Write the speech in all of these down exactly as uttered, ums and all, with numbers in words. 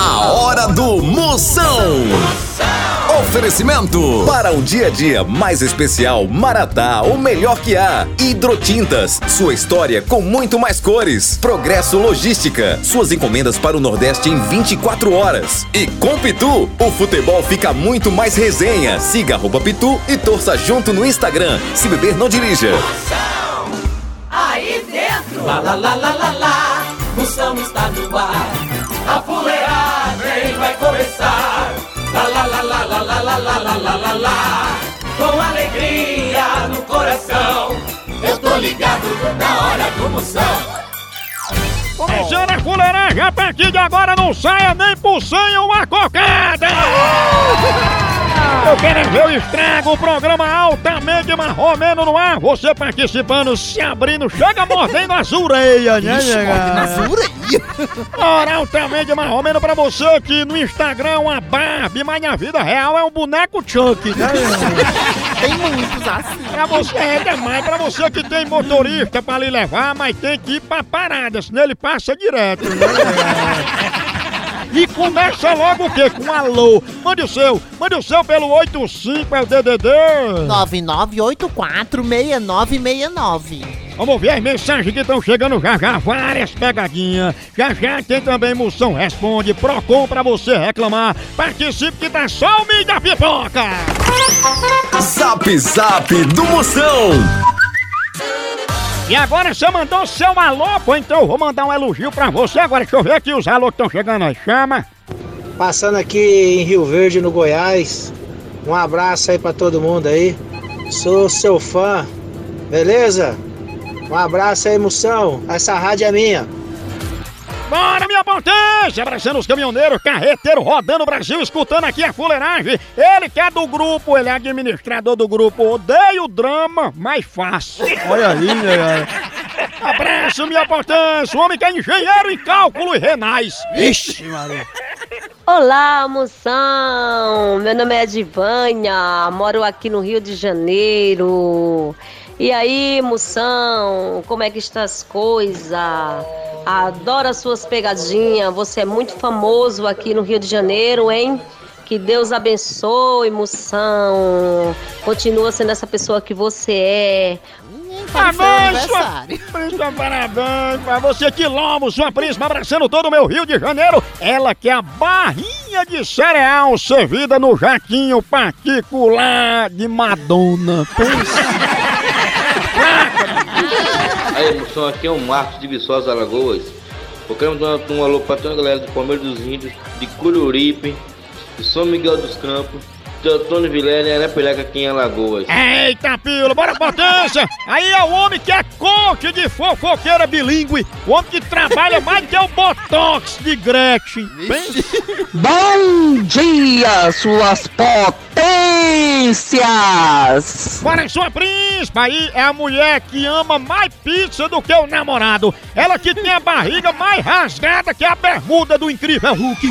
A hora do Moção. Oferecimento para um dia a dia mais especial. Maratá, o melhor que há. Hidrotintas, sua história com muito mais cores. Progresso Logística, suas encomendas para o Nordeste em vinte e quatro horas. E com Pitu, o futebol fica muito mais resenha. Siga arroba Pitu e torça junto no Instagram. Se beber, não dirija. Moção, aí dentro. Lá, lá, lá, lá, lá, lá. Moção está no ar. A fuleagem vai começar. Lá, lá, lá, lá, lá, lá, lá, lá, lá, lá, lá. Com alegria no coração, eu tô ligado na hora do Moção. Começando a fuleiragem, a partir de agora não saia nem por cem uma cocada! Eu quero ver o estrago, o programa altamente marromeno no ar. Você participando, se abrindo, chega mordendo as orelhas, né? Ixi, mordendo as orelhas. Ora, altamente marromeno pra você que no Instagram é uma Barbie, mas na vida real é um boneco Chuck, né? Tem muitos assim. Pra você é demais, pra você que tem motorista pra lhe levar, mas tem que ir pra parada, senão ele passa direto, né? E começa logo o quê? Com alô. Mande o seu. Mande o seu pelo oito cinco, é o D D D. nove nove oito quatro seis nove seis nove. Vamos ver as mensagens que estão chegando já já. Várias pegadinhas. Já já tem também Moção Responde. Procon pra você reclamar. Participe que tá só o milho da pipoca. Zap Zap do Moção. E agora você mandou seu alô, pô, então eu vou mandar um elogio pra você. Agora deixa eu ver aqui os alô que estão chegando aí. Chama. Passando aqui em Rio Verde, no Goiás. Um abraço aí pra todo mundo aí. Sou seu fã, beleza? Um abraço aí, Moção. Essa rádio é minha. Bora, minha potência! Abraçando os caminhoneiros, carreteiros, rodando o Brasil, escutando aqui a fuleiragem. Ele que é do grupo, ele é administrador do grupo. Odeio drama, mas faço. Olha aí, né? Abraço, minha potência! O homem que é engenheiro em cálculo e renais. Vixe, Maria. Olá, Moção! Meu nome é Edivânia, moro aqui no Rio de Janeiro. E aí, Moção, como é que estão as coisas? Adoro as suas pegadinhas, você é muito famoso aqui no Rio de Janeiro, hein? Que Deus abençoe, Moção. Continua sendo essa pessoa que você é. Parabéns, sua príncipe, parabéns pra você, Quilombo, sua príncipe, abraçando todo o meu Rio de Janeiro. Ela que é a barrinha de cereal servida no jatinho particular de Madonna. Aí, Moção, aqui é o Marcos de Viçosa, Alagoas. Eu quero mandar um alô pra toda a galera do Palmeiras dos Índios, de Cururipe, de São Miguel dos Campos, de Antônio Vilela e Arapiraca aqui em Alagoas. Eita, pila, bora potência! Aí é o homem que é coach de fofoqueira bilíngue, o homem que trabalha mais que o Botox de Gretchen. Bom dia, suas potências! Bora, sua príncipe, aí é a mulher que ama mais pizza do que o namorado. Ela que tem a barriga mais rasgada que a bermuda do Incrível Hulk.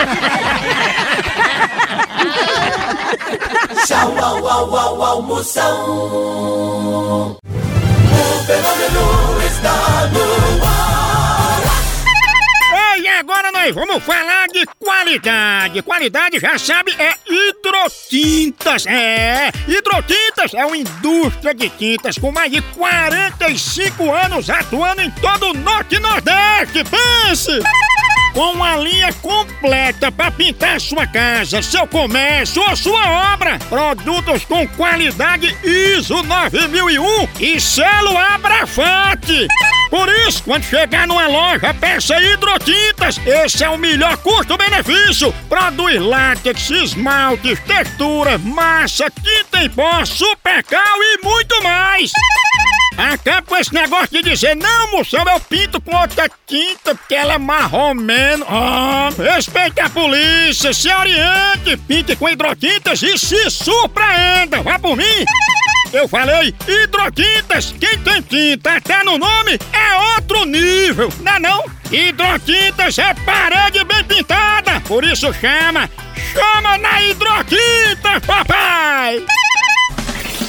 Tchau, au, au, au, au, Moção. O fenômeno está no ar. E agora nós vamos falar de qualidade. Qualidade, já sabe, é Hidrotintas. É, Hidrotintas é uma indústria de tintas com mais de quarenta e cinco anos atuando em todo o Norte e Nordeste. Pense! Com uma linha completa para pintar sua casa, seu comércio ou sua obra. Produtos com qualidade I S O nove mil e um e selo Abrafate. Por isso, quando chegar numa loja, peça Hidrotintas. Esse é o melhor custo-benefício. Produz látex, esmaltes, textura, massa, tinta em pó, supercal e muito mais. Acaba com esse negócio de dizer, não, Moção, eu pinto com outra tinta porque ela é marromeno. Oh, respeita a polícia, se oriente, pinte com Hidrotintas e se surpreenda. Vá por mim. Eu falei Hidrotintas, quem tem tinta até no nome é outro nível, não é não? Hidrotintas é parede bem pintada, por isso chama, chama na Hidrotintas, papai!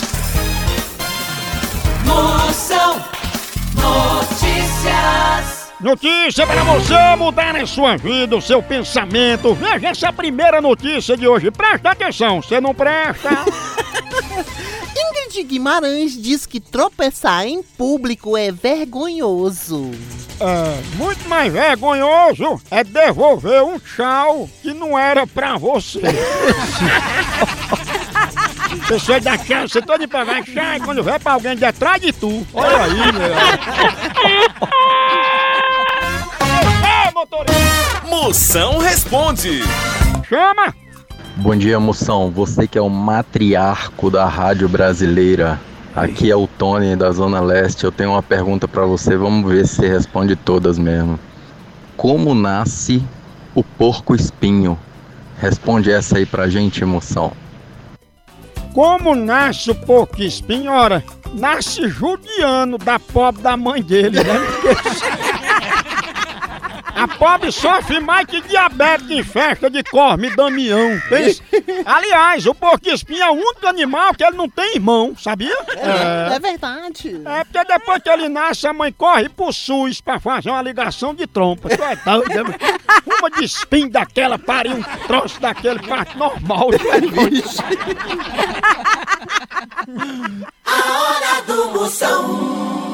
Moção Notícias. Notícia para você mudar a sua vida, o seu pensamento. Veja essa primeira notícia de hoje. Presta atenção, você não presta? Ingrid Guimarães diz que tropeçar em público é vergonhoso. É, muito mais vergonhoso é devolver um tchau que não era pra você. Você dá tchau, você todo pra vai tchau, e quando vê pra alguém de atrás de tu. Olha aí, meu. É, motorista. Moção responde. Chama. Bom dia, Moção. Você que é o matriarco da rádio brasileira. Aqui é o Tony da Zona Leste. Eu tenho uma pergunta pra você. Vamos ver se você responde todas mesmo. Como nasce o porco espinho? Responde essa aí pra gente, Moção. Como nasce o porco espinho? Ora, nasce judiando da pobre da mãe dele, né? A pobre sofre mais que diabetes em festa de Corme e Damião. Pensa? Aliás, o porco-espinho é o único animal que ele não tem irmão, sabia? É, é. é verdade. É porque depois que ele nasce, a mãe corre pro SUS pra fazer uma ligação de trompa. Tu é doido, uma de espinho daquela, pariu um troço daquele, parte normal. A hora do Moção.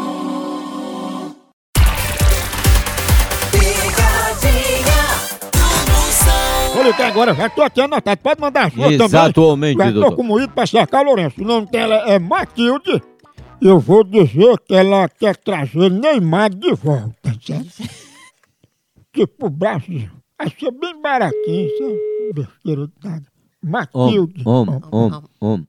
Olha que agora já tô aqui anotado, pode mandar as suas também. Exatamente, já doutor. tô com moído pra cercar o Lourenço. O nome dela é Matilde. Eu vou dizer que ela quer trazer Neymar de volta, certo? Tipo Brasil. Vai ser bem baratinho, sabe? Besteira de nada. Matilde. Om, om, om, om.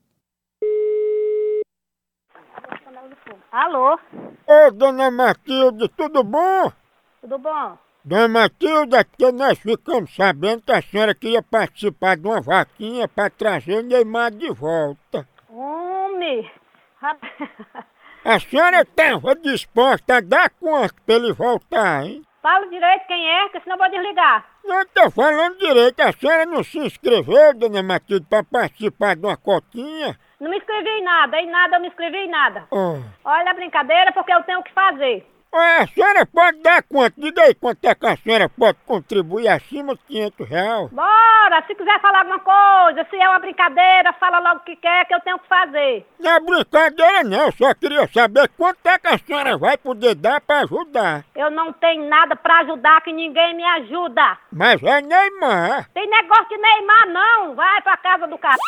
Alô? Ô, dona Matilde, tudo bom? Tudo bom? Dona Matilde, aqui nós ficamos sabendo que a senhora queria participar de uma vaquinha para trazer Neymar de volta. Homem! A senhora estava disposta a dar quanto para ele voltar, hein? Fala direito quem é, que senão eu vou desligar. Não estou falando direito, a senhora não se inscreveu, dona Matilde, para participar de uma cotinha? Não me inscrevi em nada, em nada eu me inscrevi em nada. Oh. Olha a brincadeira porque eu tenho o que fazer. Ué, a senhora pode dar quanto? Diga aí quanto é que a senhora pode contribuir acima de quinhentos reais. Bora, se quiser falar alguma coisa, se é uma brincadeira, fala logo o que quer que eu tenho que fazer. Não é brincadeira não, eu só queria saber quanto é que a senhora vai poder dar pra ajudar. Eu não tenho nada pra ajudar, que ninguém me ajuda. Mas é Neymar. Tem negócio de Neymar não, vai pra casa do cara.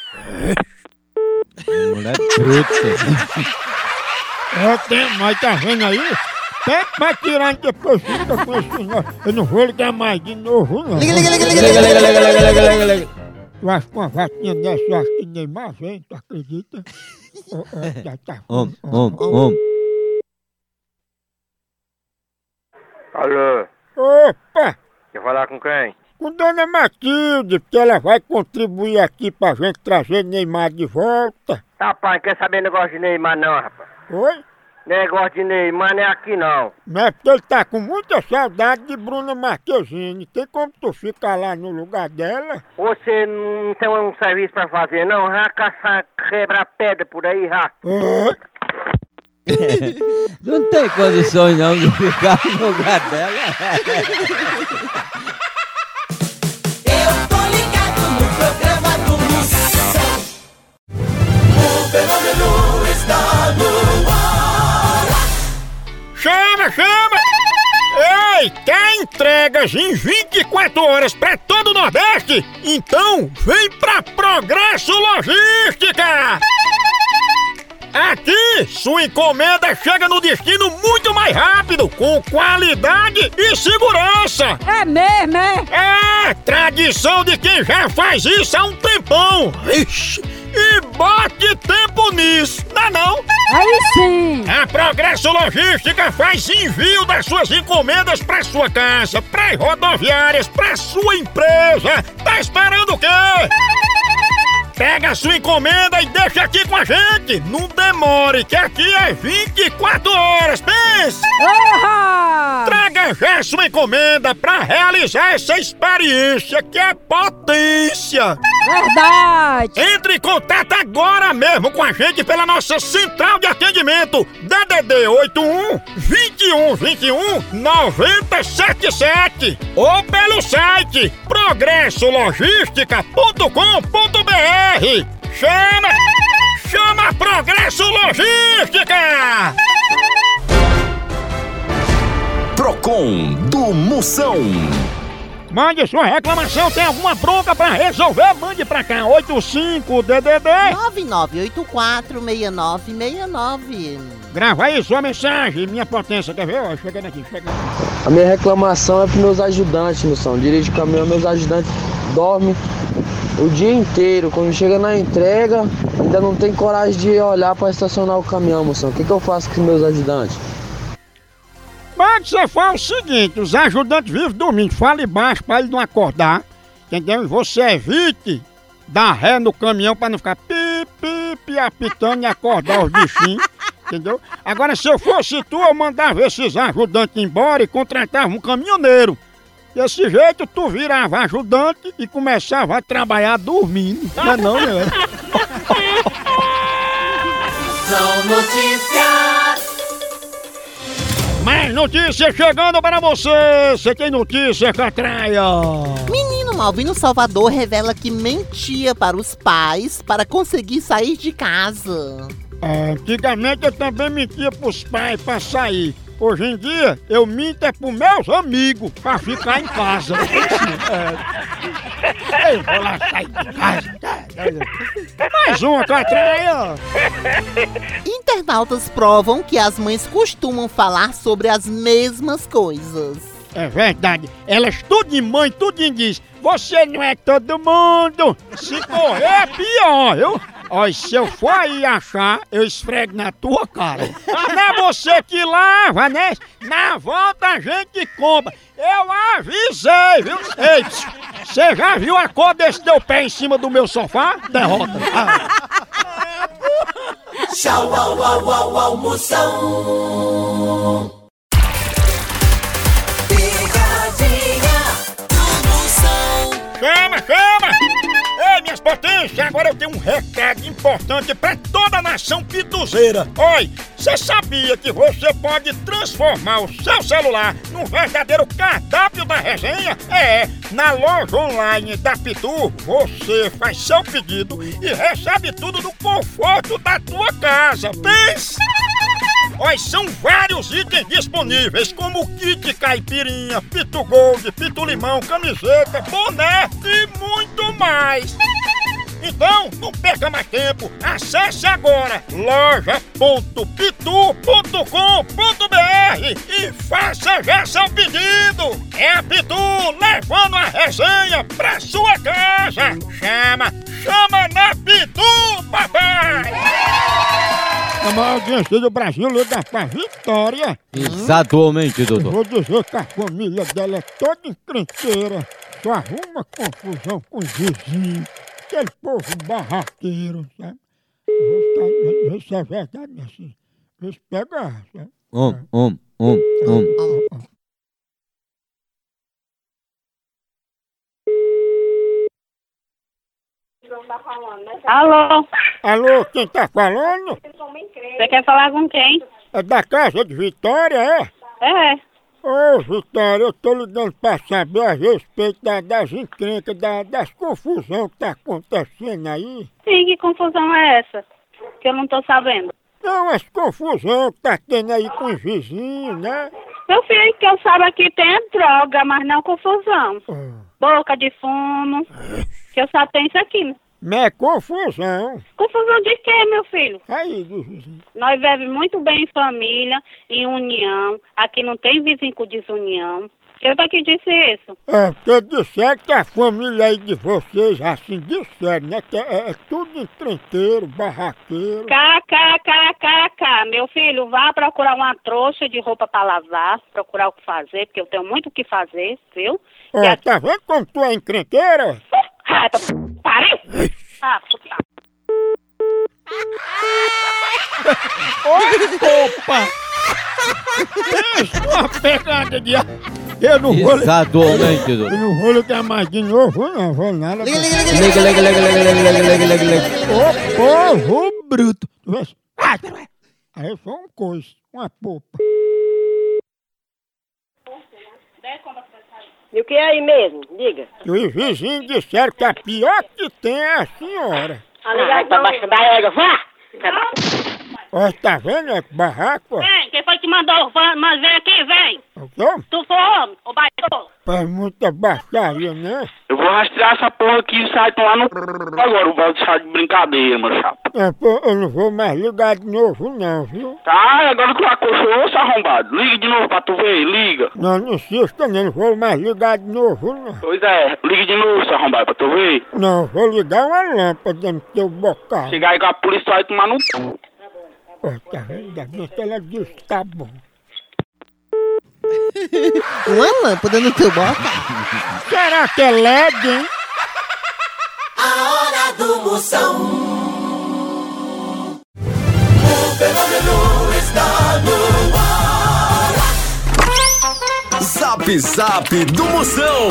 Mulher bruta. É, tem, mas tá vendo aí? Pede pra tirar e depois fica com esse negócio. Eu não vou ligar mais de novo, não. Liga, liga, liga, liga, Liga, liga, liga, liga, liga, liga, liga. Tu acha que uma vaquinha dessa, eu acho que Neymar vem, tu acredita? Oh, oh, já tá. Om, om, om. Alô? Opa! Quer falar com quem? Com Dona Matilde, porque ela vai contribuir aqui pra gente trazer Neymar de volta. Rapaz, não quer saber negócio de Neymar não, rapaz. Oi? Negócio de Neymar não é aqui não. Não é porque ele tá com muita saudade de Bruna Marquezine. Tem como tu ficar lá no lugar dela? Você não tem um serviço pra fazer não? Já caçar, quebrar pedra por aí, já. Oi? Não tem condições não de ficar no lugar dela. Eu tô ligado no programa do Moção. O fenômeno está no ar. Chama, chama! Ei, quer entregas em vinte e quatro horas pra todo o Nordeste? Então vem pra Progresso Logística! Aqui, sua encomenda chega no destino muito mais rápido, com qualidade e segurança. É mesmo, é? É, tradição de quem já faz isso há um tempão. Ixi, e bote tempo nisso, não é não? Aí sim! A Progresso Logística faz envio das suas encomendas para sua casa, para as rodoviárias, para sua empresa. Tá esperando o quê? Pega a sua encomenda e deixa aqui com a gente! Não demore, que aqui é vinte e quatro horas, pensa! Uhum. Traga já sua encomenda pra realizar essa experiência que é potência! Verdade! Entre em contato agora mesmo com a gente pela nossa central de atendimento D D D oito um, vinte e um, vinte e um, noventa e sete sete ou pelo site progresso logística ponto com ponto b r. Chama! Chama Progresso Logística! Procon do Moção. Mande sua reclamação, tem alguma bronca pra resolver? Mande pra cá, oito cinco D D D nove nove oito quatro seis nove seis nove. Grava aí sua mensagem, minha potência, quer ver? Ó, chegando aqui, chegando. A minha reclamação é pros meus ajudantes, Moção. Dirige caminhão, meus ajudantes dormem o dia inteiro. Quando chega na entrega, ainda não tem coragem de olhar pra estacionar o caminhão, Moção. O que, que eu faço com os meus ajudantes? Mas você faz o seguinte, os ajudantes vivem dormindo, fale baixo pra ele não acordar, entendeu? E você evite dar ré no caminhão pra não ficar pi, pi, pi, apitando e acordar os bichinhos, entendeu? Agora, se eu fosse tu, eu mandava esses ajudantes embora e contratava um caminhoneiro. Desse jeito, tu virava ajudante e começava a trabalhar dormindo. Não é não, né? São notícias. Mais notícias chegando para você! Você tem notícia, Catraia? Menino Malvino Salvador revela que mentia para os pais para conseguir sair de casa. É, antigamente eu também mentia pros pais para sair. Hoje em dia eu minto é pros meus amigos para ficar em casa. É. Eu vou lá sair de casa. Mais uma, Catraia! Internautas provam que as mães costumam falar sobre as mesmas coisas. É verdade. Elas tudo de mãe, tudo diz. Você não é todo mundo. Se correr é pior, viu? Olha, se eu for aí achar, eu esfrego na tua cara. Não é você que lava, né? Na volta a gente compra. Eu avisei, viu? Ei, você já viu a cor desse teu pé em cima do meu sofá? Derrota. Ah. Tchau, au, au, au, au, Moção. Picadinha do Moção. Chama, chama! Ei, minhas potências, agora eu tenho um recado importante pra toda a nação pituzeira. Oi, você sabia que você pode transformar o seu celular num verdadeiro cardápio da resenha? É, na loja online da Pitu, você faz seu pedido e recebe tudo no conforto da tua casa. Pensa! Olha, são vários itens disponíveis, como kit caipirinha, Pitu Gold, Pitu Limão, camiseta, boné e muito mais. Então, não perca mais tempo, acesse agora loja ponto pitu ponto com ponto b r e faça já seu pedido. É a Pitu levando a resenha pra sua casa. Chama, chama na Pitu, papai! A maior audiência do Brasil liga pra Vitória. Exatamente, doutor. Vou dizer que a família dela é toda encrenqueira. Só arruma confusão com os vizinhos. Aquele povo barraqueiro, sabe? Isso é verdade, assim. Isso pega, sabe? Om, om, om, om. Alô? Alô, quem tá falando? Você quer falar com quem? É da casa de Vitória, é? É. Ô, Vitória, eu tô ligando pra saber a respeito da, das encrencas, da, das confusões que tá acontecendo aí. Sim, que confusão é essa? Que eu não tô sabendo. Não, as confusões que tá tendo aí com os vizinhos, né? Meu filho, que eu saiba que tem droga, mas não confusão. Ah. Boca de fumo, que eu só tenho isso aqui. Mas é confusão. Confusão de quê, meu filho? Aí, do vizinho. Nós vivemos muito bem em família, em união. Aqui não tem vizinho com desunião. Quem foi que disse isso? É, porque disseram que a família aí de vocês, assim, disseram, né? Que é, é tudo encrenqueiro, barraqueiro. Kkkkkk, meu filho, vá procurar uma trouxa de roupa pra lavar, procurar o que fazer, porque eu tenho muito o que fazer, viu? Ó, E a- tá vendo como tu é encrenqueira? Rata, pariu! Ah, puta. Opa! Isso é uma pegada de... Eu não vou... Exatamente. Eu não vou ligar mais de novo, não vou nada. Liga, liga, liga, liga, liga, liga, liga, liga, liga, liga, liga. Ô povo bruto. Aí foi um coice, uma popa. E o que é aí mesmo? Diga. E os vizinhos disseram que a pior que tem é a senhora. A ligação... Tá baixo da égua, vá! Ó, tá vendo, é barraco? Vem, quem foi que mandou? Mas vem aqui, vem! O quê? Tu foi homem, ô baixo! É muita baixaria, né? Eu vou rastrear essa porra aqui e sair lá no... Agora, o balde sai de brincadeira, meu chapa. É, pô, eu não vou mais ligar de novo não, viu? Tá, agora tu acochou, seu arrombado. Liga de novo pra tu ver, liga. Não, não insista, não, não vou mais ligar de novo não. Pois é, liga de novo, seu arrombado, pra tu ver. Não, vou ligar uma lâmpada no teu bocal. Chegar aí com a polícia vai tomar no... Ó, tá vendo? Ainda bem que ela disse que tá bom. Uma lâmpada no teu boca? Será que é L E D, hein? A hora do Moção. O fenômeno está no ar. Zap Zap do Moção.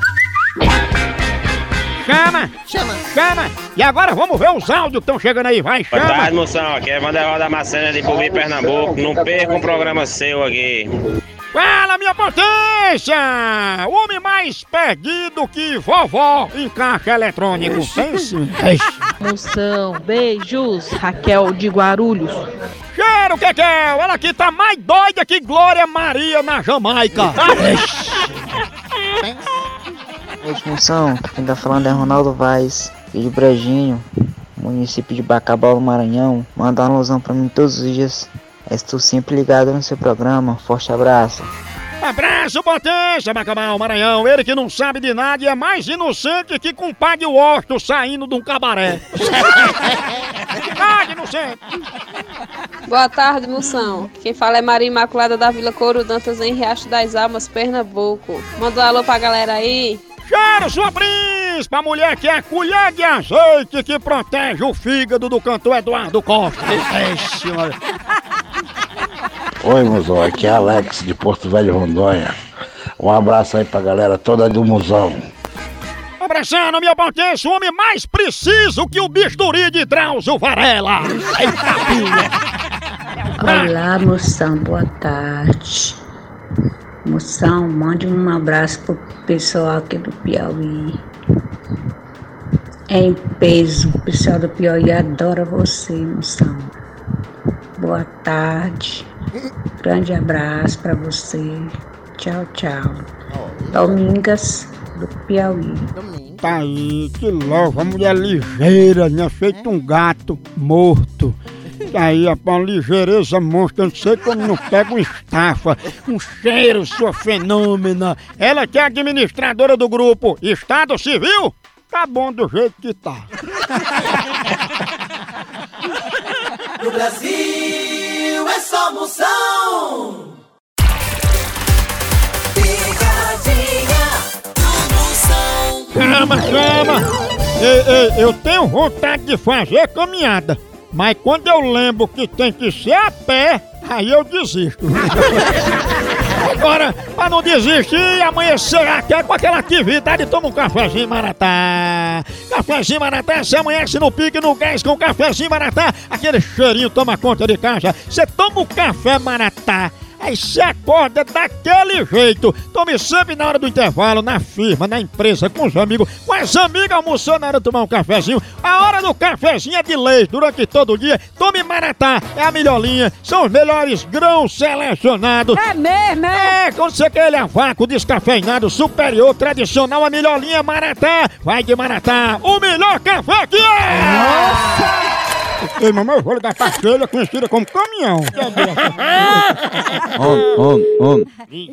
Chama! Chama! Chama! E agora vamos ver os áudios que estão chegando aí, vai, chama! Boa tarde, Moção, aqui é Vanderval da Macena de Bubi, Pernambuco. Não perca um programa seu aqui. Fala, minha potência! O homem mais perdido que vovó em caixa eletrônico. Pense. Moção, beijos, Raquel de Guarulhos. Cheiro, Kekel! Ela aqui tá mais doida que Glória Maria na Jamaica. Oi, Moção, quem tá falando é Ronaldo Vaz, de Brejinho, município de Bacabal, no Maranhão. Manda uma alusão pra mim todos os dias. Estou sempre ligado no seu programa. Forte abraço. Abraço, potência, Bacabal, Maranhão. Ele que não sabe de nada e é mais inocente que compadre Washington saindo de um cabaré. Ah, inocente. Boa tarde, Moção. Quem fala é Maria Imaculada da Vila Couro Dantas, em Riacho das Almas, Pernambuco. Manda um alô pra galera aí. Cheiro, sua príncipe, a mulher que é a colher de azeite que protege o fígado do cantor Eduardo Costa. Oi, Musão, aqui é Alex de Porto Velho, Rondônia. Um abraço aí pra galera toda do Musão. Abraçando, minha potência, o homem mais preciso que o bisturi de Drauzio Varela. Olá, Moção, boa tarde. Moção, mande um abraço pro pessoal aqui do Piauí. Em peso, o pessoal do Piauí adora você, Moção. Boa tarde. Grande abraço pra você. Tchau, tchau. Domingas do Piauí. Tá aí, que louco, a mulher ligeira, né? Feito um gato morto. Tá aí, a uma ligeireza monstra, não sei como não pega um estafa. Um cheiro, sua fenômena. Ela que é administradora do grupo Estado Civil, tá bom do jeito que tá. No Brasil é só Moção. Picadinha do Moção. Chama, chama. Ei, ei, eu tenho vontade de fazer caminhada, mas quando eu lembro que tem que ser a pé, aí eu desisto. Agora, pra não desistir, amanhecer até com aquela atividade, toma um cafezinho Maratá. Cafezinho Maratá, você amanhece no pique, no gás com cafezinho Maratá. Aquele cheirinho toma conta de casa. Você toma o café Maratá. Aí você acorda daquele jeito. Tome sempre na hora do intervalo, na firma, na empresa, com os amigos. Com as amigas almoçando na hora de tomar um cafezinho. A hora do cafezinho é de leite durante todo o dia. Tome Maratá, é a melhor linha. São os melhores grãos selecionados. É mesmo, é? É, quando você quer ele a vácuo, descafeinado, superior, tradicional, a melhor linha Maratá. Vai de Maratá, o melhor café que é! Nossa! Ei, mamãe, eu vou ligar pra Sheila, conhecida como caminhão. Om, om, om.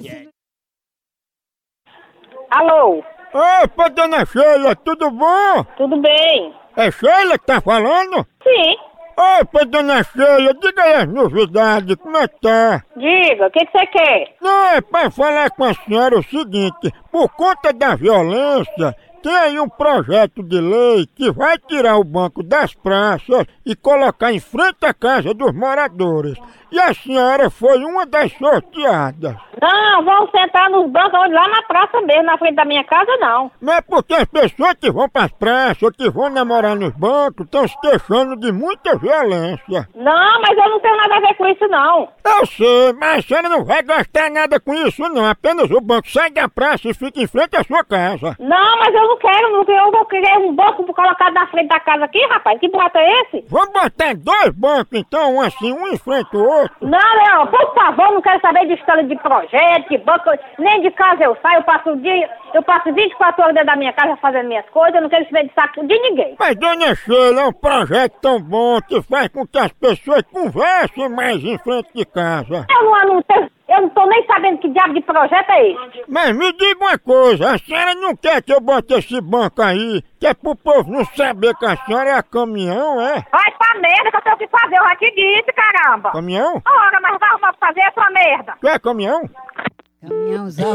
Alô? Opa, dona Sheila, tudo bom? Tudo bem. É Sheila que tá falando? Sim. Opa, dona Sheila, diga aí as novidades, como é que tá? Diga, o que que você quer? Não, é pra falar com a senhora o seguinte, por conta da violência, tem aí um projeto de lei que vai tirar o banco das praças e colocar em frente à casa dos moradores. E a senhora foi uma das sorteadas. Não, vão sentar nos bancos onde, lá na praça mesmo, na frente da minha casa, não. Não é porque as pessoas que vão pras praças, que vão namorar nos bancos, estão se queixando de muita violência. Não, mas eu não tenho nada a ver com isso, não. Eu sei, mas a senhora não vai gastar nada com isso, não. Apenas o banco sai da praça e fica em frente à sua casa. Não, mas eu não quero, não. Eu vou querer um banco colocado na frente da casa aqui, rapaz. Que boato é esse? Vamos botar dois bancos, então, um assim, um em frente ao outro. Não, Leão, por favor, não quero saber de história de projeto, de banco, nem de casa eu saio, eu passo o dia, eu passo vinte e quatro horas dentro da minha casa fazendo minhas coisas, eu não quero saber de saco de ninguém. Mas, dona Sheila, é um projeto tão bom que faz com que as pessoas conversem mais em frente de casa. Eu não, eu não tenho... Eu não tô nem sabendo que diabo de projeto é esse. Mas me diga uma coisa, a senhora não quer que eu bote esse banco aí, que é pro povo não saber que a senhora é caminhão, é? Vai pra merda que eu tenho que fazer, eu já te disse, caramba. Caminhão? Ora, mas vai arrumar pra fazer essa merda. Tu é caminhão? Caminhãozão.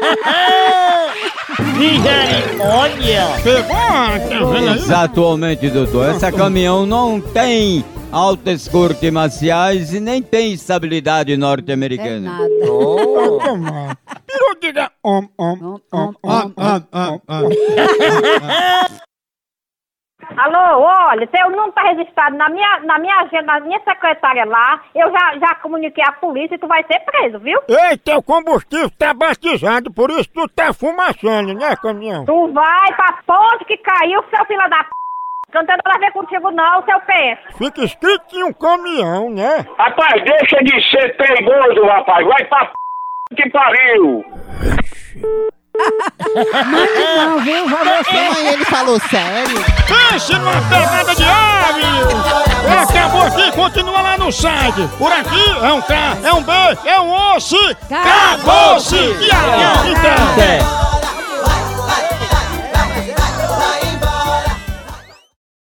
Misericórdia! Pegou, tá vendo aí? Exatamente, doutor. Essa caminhão não tem altas cortes marciais e nem tem estabilidade norte-americana. É nada. Oh. Pirou, diga om, om, om, om, om, om, om. Alô, olha, seu nome tá registrado na minha, na minha agenda, na minha secretária lá. Eu já, já comuniquei à polícia e tu vai ser preso, viu? Ei, teu combustível tá batizado, por isso tu tá fumaçando, né, caminhão? Tu vai pra ponte que caiu, seu filho da p... Não tem nada a ver contigo não, seu pé. Fica escrito em um caminhão, né? Rapaz, deixa de ser perigoso, rapaz. Vai pra p... que pariu. Mande não, viu? Vai você. Mas ele falou sério? Pense numa pegada de ave! Acabou aqui, continua lá no site. Por aqui é um K, é um B, é um osso. Acabou-se! E aí, então?